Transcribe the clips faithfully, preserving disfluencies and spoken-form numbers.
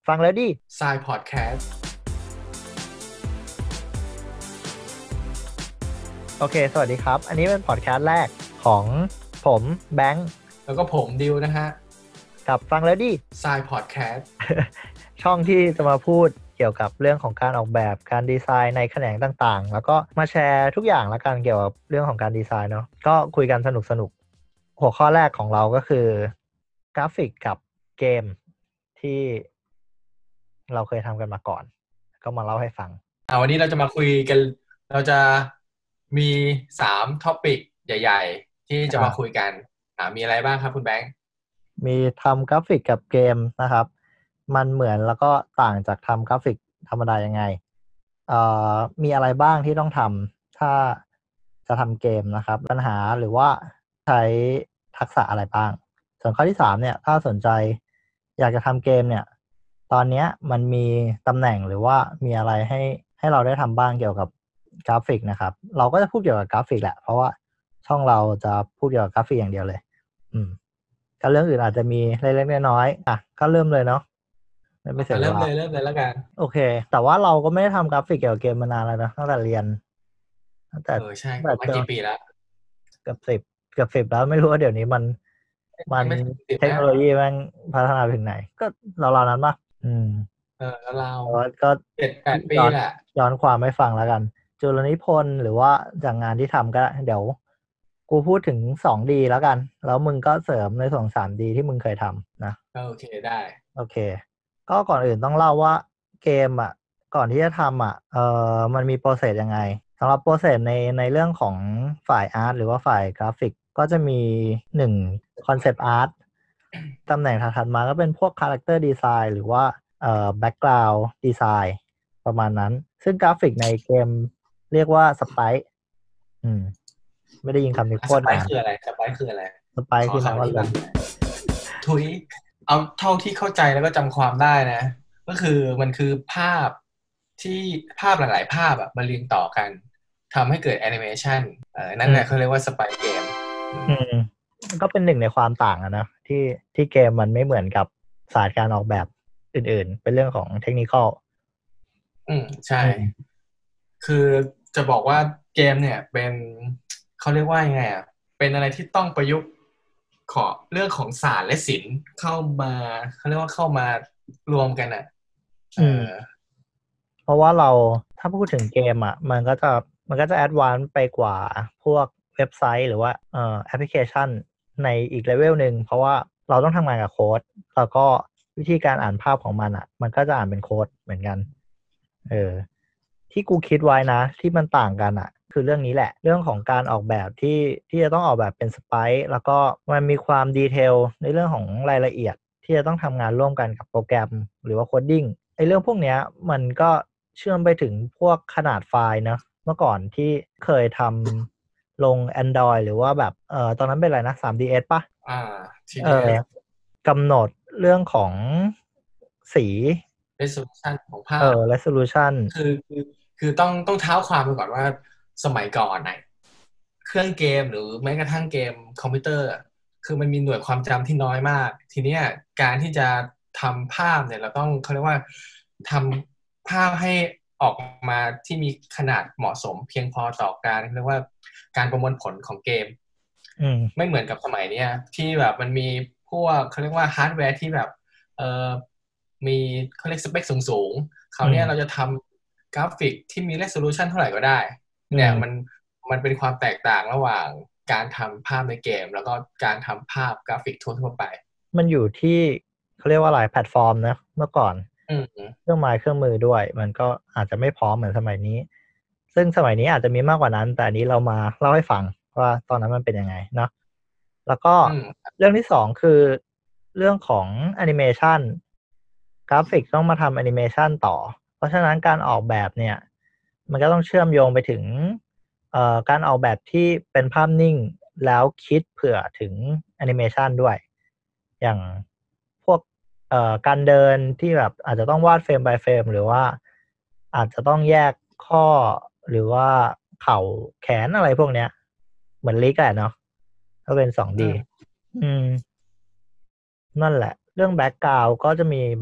ฟังแล้วดิทรายพอดแคสต์โอเคสวัสดีครับอันนี้เป็นพอดแคสต์แรกของผมแบงค์แล้วก็ผมดิวนะฮะกับฟังแล้วดิทรายพอดแคสต์ช่องที่จะมาพูดเกี่ยวกับเรื่องของการออกแบบการดีไซน์ในแขนงต่างๆแล้วก็มาแชร์ทุกอย่างละกันเกี่ยวกับเรื่องของการดีไซน์เนาะก็คุยกันสนุกๆหัวข้อแรกของเราก็คือกราฟิกกับเกมที่เราเคยทำกันมาก่อนก็มาเล่าให้ฟังอ่าวันนี้เราจะมาคุยกันเราจะมีสามท็อปิกใหญ่ๆที่จะมาคุยกันอ่ามีอะไรบ้างครับคุณแบงค์มีทำกราฟิกกับเกมนะครับมันเหมือนแล้วก็ต่างจากทำกราฟิกธรรมดายังไงเอ่อมีอะไรบ้างที่ต้องทำถ้าจะทำเกมนะครับปัญหาหรือว่าใช้ทักษะอะไรบ้างส่วนข้อที่สามเนี่ยถ้าสนใจอยากจะทำเกมเนี่ยตอนนี้มันมีตำแหน่งหรือว่ามีอะไรให้ให้เราได้ทำบ้างเกี่ยวกับกราฟิกนะครับเราก็จะพูดเกี่ยวกับกราฟิกแหละเพราะว่าช่องเราจะพูดเกี่ยวกับกราฟิกอย่างเดียวเลยอืมก็เรื่องอื่นอาจจะมีเล็กๆน้อยๆอ่ะก็เริ่มเลยเนาะไม่เสียเวเริ่มลาเลยเริ่มเลยแล้วกันโอเคแต่ว่าเราก็ไม่ได้ทำกราฟิกเกี่ยวกับเกมมานานแล้วนะตั้งแต่เรียนตั้งแต่เออใช่ตั้งแต่มาเจอกี่ปีแล้วเกือบสิบเกือบสิบแล้วไม่รู้ว่าเดี๋ยวนี้มันมันไม่ไม่ถึงสิบเทคนะโนโลยีแม่งพัฒนาไปถึงไหนก็เราๆนั้นป่ะอืมเออแล้วเราแต่ว่าก็เจ็ดแปดปีย้อนแหละย้อนความไม่ฟังแล้วกันจุลนิพนธ์หรือว่าจากงานที่ทำก็ได้เดี๋ยวกูพูดถึง สองดี แล้วกันแล้วมึงก็เสริมในส่วน สามดี ที่มึงเคยทำนะโอเคได้โอเคก็ก่อนอื่นต้องเล่าว่าเกมอ่ะก่อนที่จะทำอ่ะเอ่อมันมีโปรเซสยังไงสำหรับโปรเซสในในเรื่องของฝ่ายอาร์ตหรือว่าฝ่ายกราฟิกก็จะมีหนึ่งคอนเซปต์อาร์ตตำแหน่งถัดมาก็เป็นพวกคาแรคเตอร์ดีไซน์หรือว่าเอ่อแบ็กกราวด์ดีไซน์ประมาณนั้นซึ่งกราฟิกในเกมเรียกว่าสไปซ์อืมไม่ได้ยินคำนี้โคสตรนานไปค์คืออะไรสไปค์คืออะไรสไปซ์คือขอคำอน้ำอัดลมธิบายทุยเอาเท่าที่เข้าใจแล้วก็จำความได้นะก็คือมันคือภาพที่ภาพหลายๆภาพอะมาเรียงต่อกันทำให้เกิดแอนิเมชันเออนั่นแหละเขาอืมเรียกว่าสไปค์เกมอืมอืมก็เป็นหนึ่งในความต่างอะนะที่ที่เกมมันไม่เหมือนกับศาสตร์การออกแบบอื่นๆ เป็นเรื่องของเทคนิคอลอืมใช่อืมคือจะบอกว่าเกมเนี่ยเป็นเขาเรียกว่ายังไงอ่ะเป็นอะไรที่ต้องประยุกต์ขอเรื่องของศาสตร์และศิลป์เข้ามาเขาเรียกว่าเข้ามารวมกันอ่ะเอออืมเพราะว่าเราถ้าพูดถึงเกมอ่ะมันก็จะมันก็จะแอดวานซ์ไปกว่าพวกเว็บไซต์หรือว่าเอ่อแอปพลิเคชันในอีกเลเวลหนึ่งเพราะว่าเราต้องทำงานกับโค้ดแล้วก็วิธีการอ่านภาพของมันอ่ะมันก็จะอ่านเป็นโค้ดเหมือนกัน เออที่กูคิดไว้นะที่มันต่างกันอ่ะคือเรื่องนี้แหละเรื่องของการออกแบบที่ที่จะต้องออกแบบเป็นสไปซ์แล้วก็มันมีความดีเทลในเรื่องของรายละเอียดที่จะต้องทำงานร่วมกันกับโปรแกรมหรือว่าโคดดิ้งไอ้เรื่องพวกเนี้ยมันก็เชื่อมไปถึงพวกขนาดไฟล์เนอะเมื่อก่อนที่เคยทำลง Android หรือว่าแบบเอ่อตอนนั้นเป็นอะไรนะ ทรี ดี เอส ป่ะอ่าเออที ดี เอสกำหนดเรื่องของสี resolution ของเออภาพ resolution คือคือคือต้องต้องเท้าความไปก่อนว่าสมัยก่อนน่ะเครื่องเกมหรือแม้กระทั่งเกมคอมพิวเตอร์อะคือมันมีหน่วยความจำที่น้อยมากทีเนี้ยการที่จะทำภาพเนี่ยเราต้องเขาเรียกว่าทำภาพให้ออกมาที่มีขนาดเหมาะสมเพียงพอต่อการเรียกว่าการประมวลผลของเกมอืมไม่เหมือนกับสมัยเนี้ยที่แบบมันมีพวกเขาเรียกว่าฮาร์ดแวร์ที่แบบเอ่อมีเขาเรียกสเปคสูงๆ คราวอืมเนี้ยเราจะทำกราฟิกที่มี resolution เท่าไหร่ก็ได้เนี่ยมันอืมมันเป็นความแตกต่างระหว่างการทำภาพในเกมแล้วก็การทำภาพกราฟิกทั่วๆไปมันอยู่ที่เขาเรียกว่าอะไรแพลตฟอร์มนะเมื่อก่อนอืมเครื่องไม้เครื่องมือด้วยมันก็อาจจะไม่พร้อมเหมือนสมัยนี้ซึ่งสมัยนี้อาจจะมีมากกว่านั้นแต่อันนี้เรามาเล่าให้ฟังว่าตอนนั้นมันเป็นยังไงเนาะแล้วก็อืมเรื่องที่สองคือเรื่องของแอนิเมชันกราฟิกต้องมาทำแอนิเมชันต่อเพราะฉะนั้นการออกแบบเนี่ยมันก็ต้องเชื่อมโยงไปถึงเอ่อการออกแบบที่เป็นภาพนิ่งแล้วคิดเผื่อถึงแอนิเมชันด้วยอย่างพวก เอ่อการเดินที่แบบอาจจะต้องวาดเฟรม by เฟรมหรือว่าอาจจะต้องแยกข้อหรือว่าเข่าแขนอะไรพวกเนี้ยเหมือนลิกอะเนาะก็เป็น สอง ดีอืมอืมนั่นแหละเรื่องแบ็กกราวด์ก็จะมีแบบ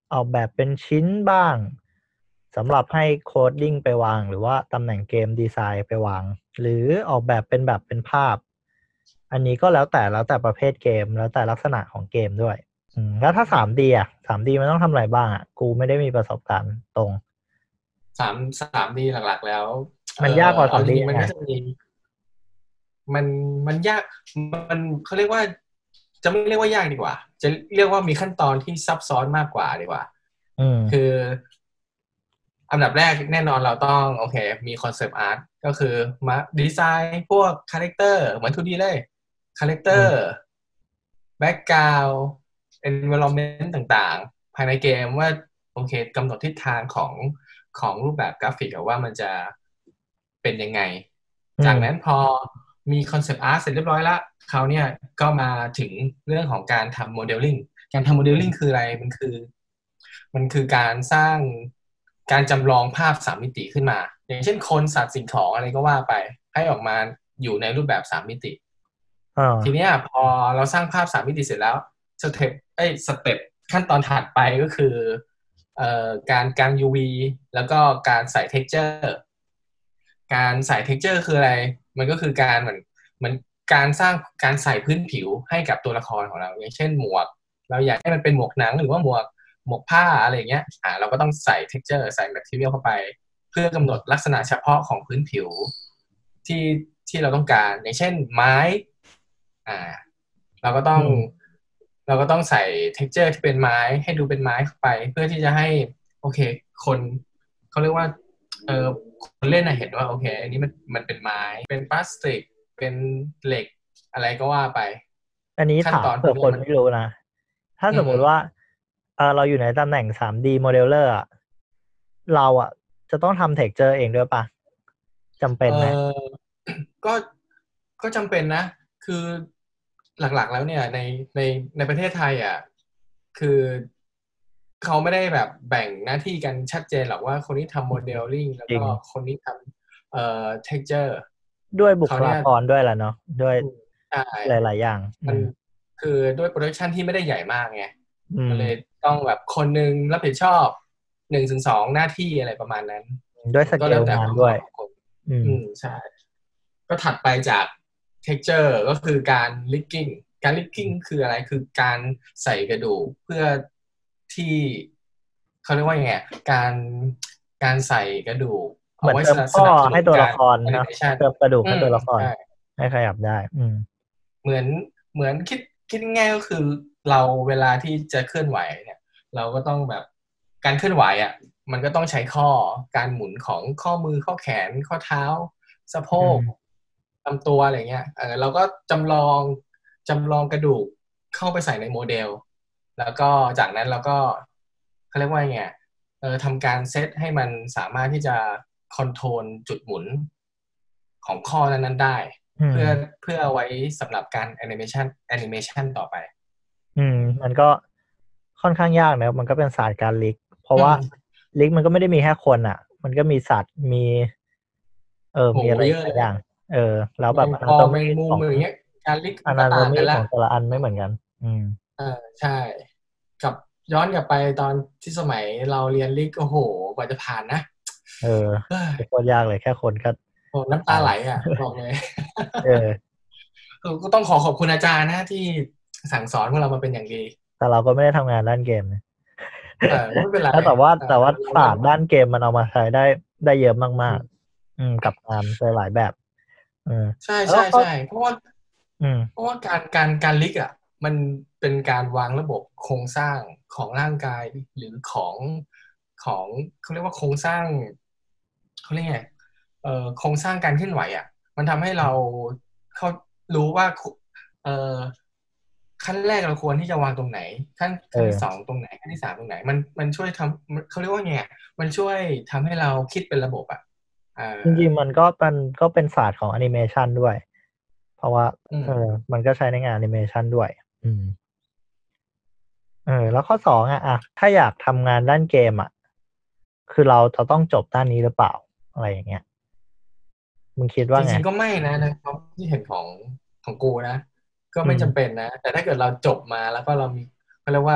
ออกแบบเป็นชิ้นบ้างสำหรับให้โคดดิ้งไปวางหรือว่าตำแหน่งเกมดีไซน์ไปวางหรือออกแบบเป็นแบบเป็นภาพอันนี้ก็แล้วแต่แล้วแต่ประเภทเกมแล้วแต่ลักษณะของเกมด้วยอืมแล้วถ้า ทรี ดี อ่ะ ทรี ดี มันต้องทำอะไรบ้างอ่ะกูไม่ได้มีประสบการณ์ตรงสามสามดีหลักๆแล้วเอมันอยากกว่าเอาสอง ดีจริงๆยังไงมันก็จะมีมันมันยากมันเขาเรียกว่าจะไม่เรียกว่ายากดีกว่าจะเรียกว่ามีขั้นตอนที่ซับซ้อนมากกว่าดีกว่าอืมคืออันดับแรกแน่นอนเราต้องโอเคมีคอนเซปต์อาร์ตก็คือมาดีไซน์พวกคาแรคเตอร์เหมือน ทู ดี เลยคาแรคเตอร์อืมแบ็กกราวด์ environment ต่างๆ ภายในเกมว่าโอเคกำหนดทิศทางของของรูปแบบกราฟิกอะว่ามันจะเป็นยังไง จากนั้นอืมพอมีคอนเซปต์อาร์ตเสร็จเรียบร้อยละเขาวเนี่ยก็มาถึงเรื่องของการทำโมเดลลิ่งการทำโมเดลลิ่งคืออะไรมันคือมันคือการสร้างการจำลองภาพสามมิติขึ้นมาอย่างเช่นคนสัตว์สิ่งของอะไรก็ว่าไปให้ออกมาอยู่ในรูปแบบสามมิติอ่าทีเนี้ยพอเราสร้างภาพสามมิติเสร็จแล้วสเต็ปเอ้ยสเต็ปขั้นตอนถัดไปก็คือเอ่อการกาง ยู วี แล้วก็การใส่ texture การใส่ texture คืออะไร มันก็คือการเหมือนเหมือนการสร้างการใส่พื้นผิวให้กับตัวละครของเราอย่างเช่นหมวกเราอยากให้มันเป็นหมวกหนังหรือว่าหมวกหมวกผ้าอะไรอย่างเงี้ยอ่าเราก็ต้องใส่ texture ใส่ material เข้าไปเพื่อกำหนดลักษณะเฉพาะของพื้นผิวที่ที่เราต้องการอย่างเช่นไม้อ่าเราก็ต้องอืมเราก็ต้องใส่ texture ที่เป็นไม้ให้ดูเป็นไม้เข้าไปเพื่อที่จะให้โอเคคนเขาเรียกว่าเออ คนเล่นนะเห็นว่าโอเคอันนี้มันมันเป็นไม้เป็นพลาสติกเป็นเหล็กอะไรก็ว่าไปอันนี้ขั้นตอนพถามเผื่วกเนี้ยมันอคนไม่รู้นะถ้าอืมสมมุติว่าเออเราอยู่ในตำแหน่ง ทรี ดี modeler อ่ะเราอ่ะจะต้องทำ texture เองด้วยปะจำเป็เนไหมออก็ก็จำเป็นนะคือหลักๆแล้วเนี่ยในในในประเทศไทยอ่ะคือเขาไม่ได้แบบแบ่งหน้าที่กันชัดเจนหรอกว่าคนนี้ทำโมเดลลิ่งแล้วก็จริงคนนี้ทำเอ่อ texture ด้วยบุคเขาเนี่ยลากรด้วยแหละเนาะด้วยอืมใช่หลายๆอย่างอืมันมคือด้วยโปรดักชันที่ไม่ได้ใหญ่มากไงอืมมันเลยต้องแบบคนหนึ่งรับผิดชอบหนึ่งถึงสองหน้าที่อะไรประมาณนั้นด้วยสเกลมันก็แล้วแต่งานด้วยความเหมาะของคนอืมอืมใช่ก็ถัดไปจาก texture ก็คือการ rigging การ rigging คืออะไรคือการใส่กระดูกเพื่อที่เขาเรียกว่ายังไงอะการการใส่กระดูกเหมือนเอาไว้เติมข้อสนับสนุให้ตัวละนการครเนาะ animation เติมกระดูกอืมให้ตัวละครใช่ให้ขยับได้อืมเหมือนเหมือนคิดคิดง่ายๆก็คือเราเวลาที่จะเคลื่อนไหวเนี่ยเราก็ต้องแบบการเคลื่อนไหวอ่ะมันก็ต้องใช้ข้อการหมุนของข้อมือข้อแขนข้อเท้าสะโพอืกมลำตัวอะไรเงี้ยเออเราก็จำลองจำลองกระดูกเข้าไปใส่ในโมเดลแล้วก็จากนั้นเราก็เขาเรียกว่าไงเออทำการเซตให้มันสามารถที่จะคอนโทรลจุดหมุนของข้อนั้นๆได้อืมเพื่อเพื่อเอาไว้สำหรับการแอนิเมชันแอนิเมชันต่อไปอืมมันก็ค่อนข้างยากนะมันก็เป็นศาสตร์การลิกเพราะว่าอืมลิกมันก็ไม่ได้มีแค่คนอ่ะมันก็มีสัตว์มีเออโหมีอะไรเยอะเลยหลายอย่างเออแล้วแมแบบงปอแมอนาโตมีงมุของมอย่างเงี้ยการลิกอมันก็นาโตมีต่างกันละของแต่ละอันไม่เหมือนกันอืมเออใช่กับย้อนกลับไปตอนที่สมัยเราเรียนลิกโอ้โหกว่าจะผ่านนะเออเฮ้ยโคตรยากเลยแค่คนก็โอ้น้ำตายตาไหลอ่ะบอกเลยเออคือก็ต้องขอขอบคุณอาจารย์นะที่สั่งสอนพวกเรามาเป็นอย่างดีแต่เราก็ไม่ได้ทำงานด้านเกมนะเออก็ไม่เป็นไรแล้วแต่ว่าเออแต่ว่าเราก็ศาสตร์ด้านเกมมันเอามาใช้ได้ได้เยอะมากอืมๆอืมกับงานหลายๆแบบเออใช่แล้วก็ใช่ใช่เพราะว่าอืมเพราะว่าการการการลิกอ่ะมันเป็นการวางระบบโครงสร้างของร่างกายหรือของของเขาเรียกว่าโครงสร้างเขาเรียกไงเอ่อโครงสร้างการเคลื่อนไหวอ่ะมันทำให้เราเขารู้ว่าเอ่อขั้นแรกเราควรที่จะวางตรงไหนขั้นขั้นที่สองเออตรงไหนขั้นที่สามตรงไหนมันมันช่วยทำมันเขาเรียกว่าไงอะมันช่วยทำให้เราคิดเป็นระบบอ่ะเออจริงๆมันก็เป็นก็เป็นศาสตร์ของแอนิเมชันด้วยเพราะว่าเอออืมมันก็ใช้ในงานแอนิเมชันด้วยอืมเออแล้วข้อสองอ่ะอ่ะถ้าอยากทำงานด้านเกมอ่ะคือเราจะต้องจบด้านนี้หรือเปล่าอะไรอย่างเงี้ยมึงคิดว่าไงจริงๆก็ไม่นะในความที่เห็นของของกูนะก็อืมไม่จำเป็นนะแต่ถ้าเกิดเราจบมาแล้วก็เรามีเขาเรียกว่า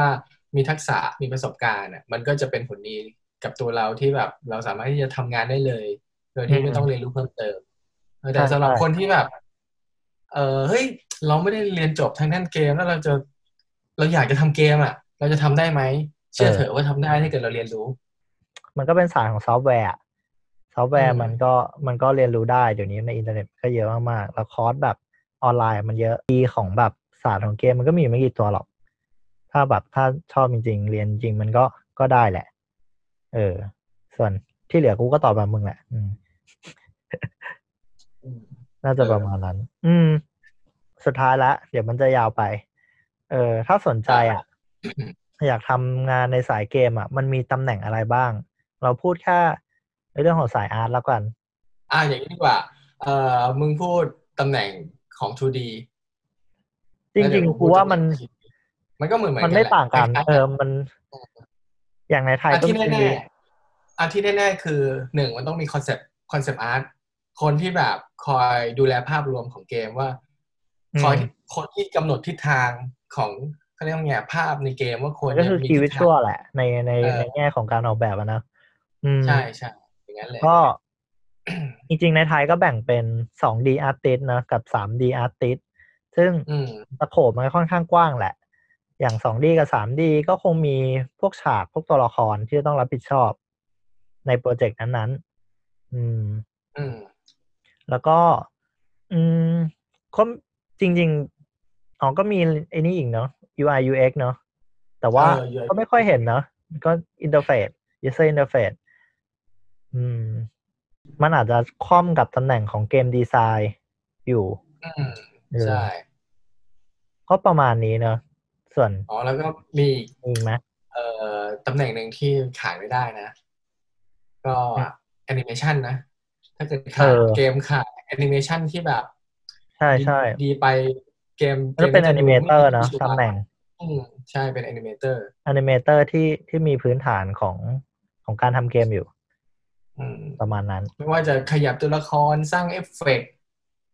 มีทักษะมีประสบการณ์อ่ะมันก็จะเป็นผลดีกับตัวเราที่แบบเราสามารถที่จะทำงานได้เลยโดยอืที่ไม่ต้องมเรียนรู้เพิ่มเติมเออแต่ใช่ใช่สำหรับคนที่แบบเออเฮ้ยเราไม่ได้เรียนจบทางด้านเกมแล้วเราจะเราอยากจะทำเกมอ่ะเราจะทำได้ไหมเอเชื่อเถอะอว่าทำได้ถ้าเกิดเราเรียนรู้มันก็เป็นศาสตร์ของซอฟต์แวร์อะซอฟต์แวอืร์มันมก็มันก็เรียนรู้ได้เดี๋ยวนี้ในอินเทอร์เน็ตก็เยอะมากๆแล้วคอร์สแบบออนไลน์มันเยอะปีของแบบศาสตร์ของเกมมันก็มีไม่กี่ตัวหรอกถ้าแบบถ้าชอบจริงๆเรียนจริงมันก็ก็ได้แหละเออส่วนที่เหลือกูก็ตอบแบบมึงแหละอืมอืมน่าเออจะประมาณนั้น อืม สุดท้ายละเดี๋ยวมันจะยาวไป เออ ถ้าสนใจอ่อ่ะาอยากทำงานในสายเกมอ่ะ มันมีตำแหน่งอะไรบ้าง เราพูดแค่ในเรื่องของสายอาร์ตแล้วกันอ่าอย่างนี้ดีกว่าเอ่อมึงพูดตำแหน่งของ ทู ดีจริงแล้วเดี๋ยวกูๆกูว่ามันพูดตำแหน่ง ทรี ดี มันก็เหมือนเหมือมันนกันแหละไม่ต่างกัน เออคล้ายๆกันมัน อย่างในไทยอันที่ก็มีแน่ๆอันที่แน่ๆคือหนึ่งมันต้องมีคอนเซปต์คอนเซปต์อาร์ตคนที่แบบคอยดูแลภาพรวมของเกมว่าอืมคอยคนที่กำหนดทิศทางของเขาเรียกว่าไงภาพในเกมว่าควมันก็รจะคือคีย์วิชมีทิศทางวลแหละ ในในเอในอแง่ของการออกแบบอะนะ อืมใช่ใช่อย่างนั้นเลยก็จริงๆในไทยก็แบ่งเป็น ทู ดี Artist นะกับ ทรีดี Artist ซึ่งอืมสโคปมันก็ค่อนข้างกว้างแหละ อย่าง ทู ดี กับ ทรีดี ก็คงมีพวกฉากพวกตัวละครที่ต้องรับผิดชอบในโปรเจกต์นั้นๆอืมอืมแล้วก็อืมก็จริงๆอ๋อก็มีไอ้นี่อีกเนาะ ยู ไอ ยู เอ็กซ์ เนาะแต่เอว่าอ ยู ไอก็ไม่ค่อยเห็นเนาะก็อินเทอร์เฟซ user interface อืม มันอาจจะคล่อมกับตำแหน่งของเกมดีไซน์อยู่อืมเอใช่อก็ประมาณนี้เนอะส่วนอ๋อแล้วก็มีอีกมีอีกไหมเอ่อตำแหน่งหนึ่งที่ขาดไม่ได้นะ ก็อืมแอนิเมชันนะถ้าเกิดเอขาดเกอมขาดแอนิเมชันที่แบบดีใช่ใช่ดีไปเกมมันก็เป็นเกมก็จะแอนิเมเตดูไม่มีอร์เนอะชีวาตำแหน่งอืมใช่เป็นแอนิเมเตอร์แอนิเมเตอร์ที่ที่มีพื้นฐานของของการทำเกมอยู่อืมประมาณนั้นไม่ว่าจะขยับตัวละครสร้างเอฟเฟกต์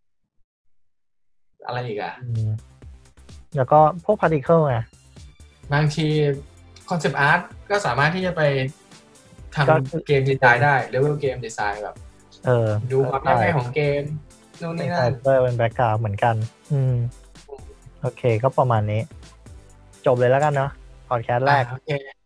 อะไรอีกอะอืมแล้วก็พวกพาร์ติเคิลไงบางทีคอนเซปต์อาร์ตก็สามารถที่จะไปทก็คือำเกมดีไซเป็นน์ได้เลเวลเกมดีไซน์แบบเออดูความก็ใช่ยากง่ายของเกมนู่นเป็นนี่นั่นคาแรคเตอร์เป็นแบ็กกราวด์เหมือนกัน อืมโอเคก็ประมาณนี้ จบเลยแล้วกันเนาะพอดแคสต์แรกอ่าโอเค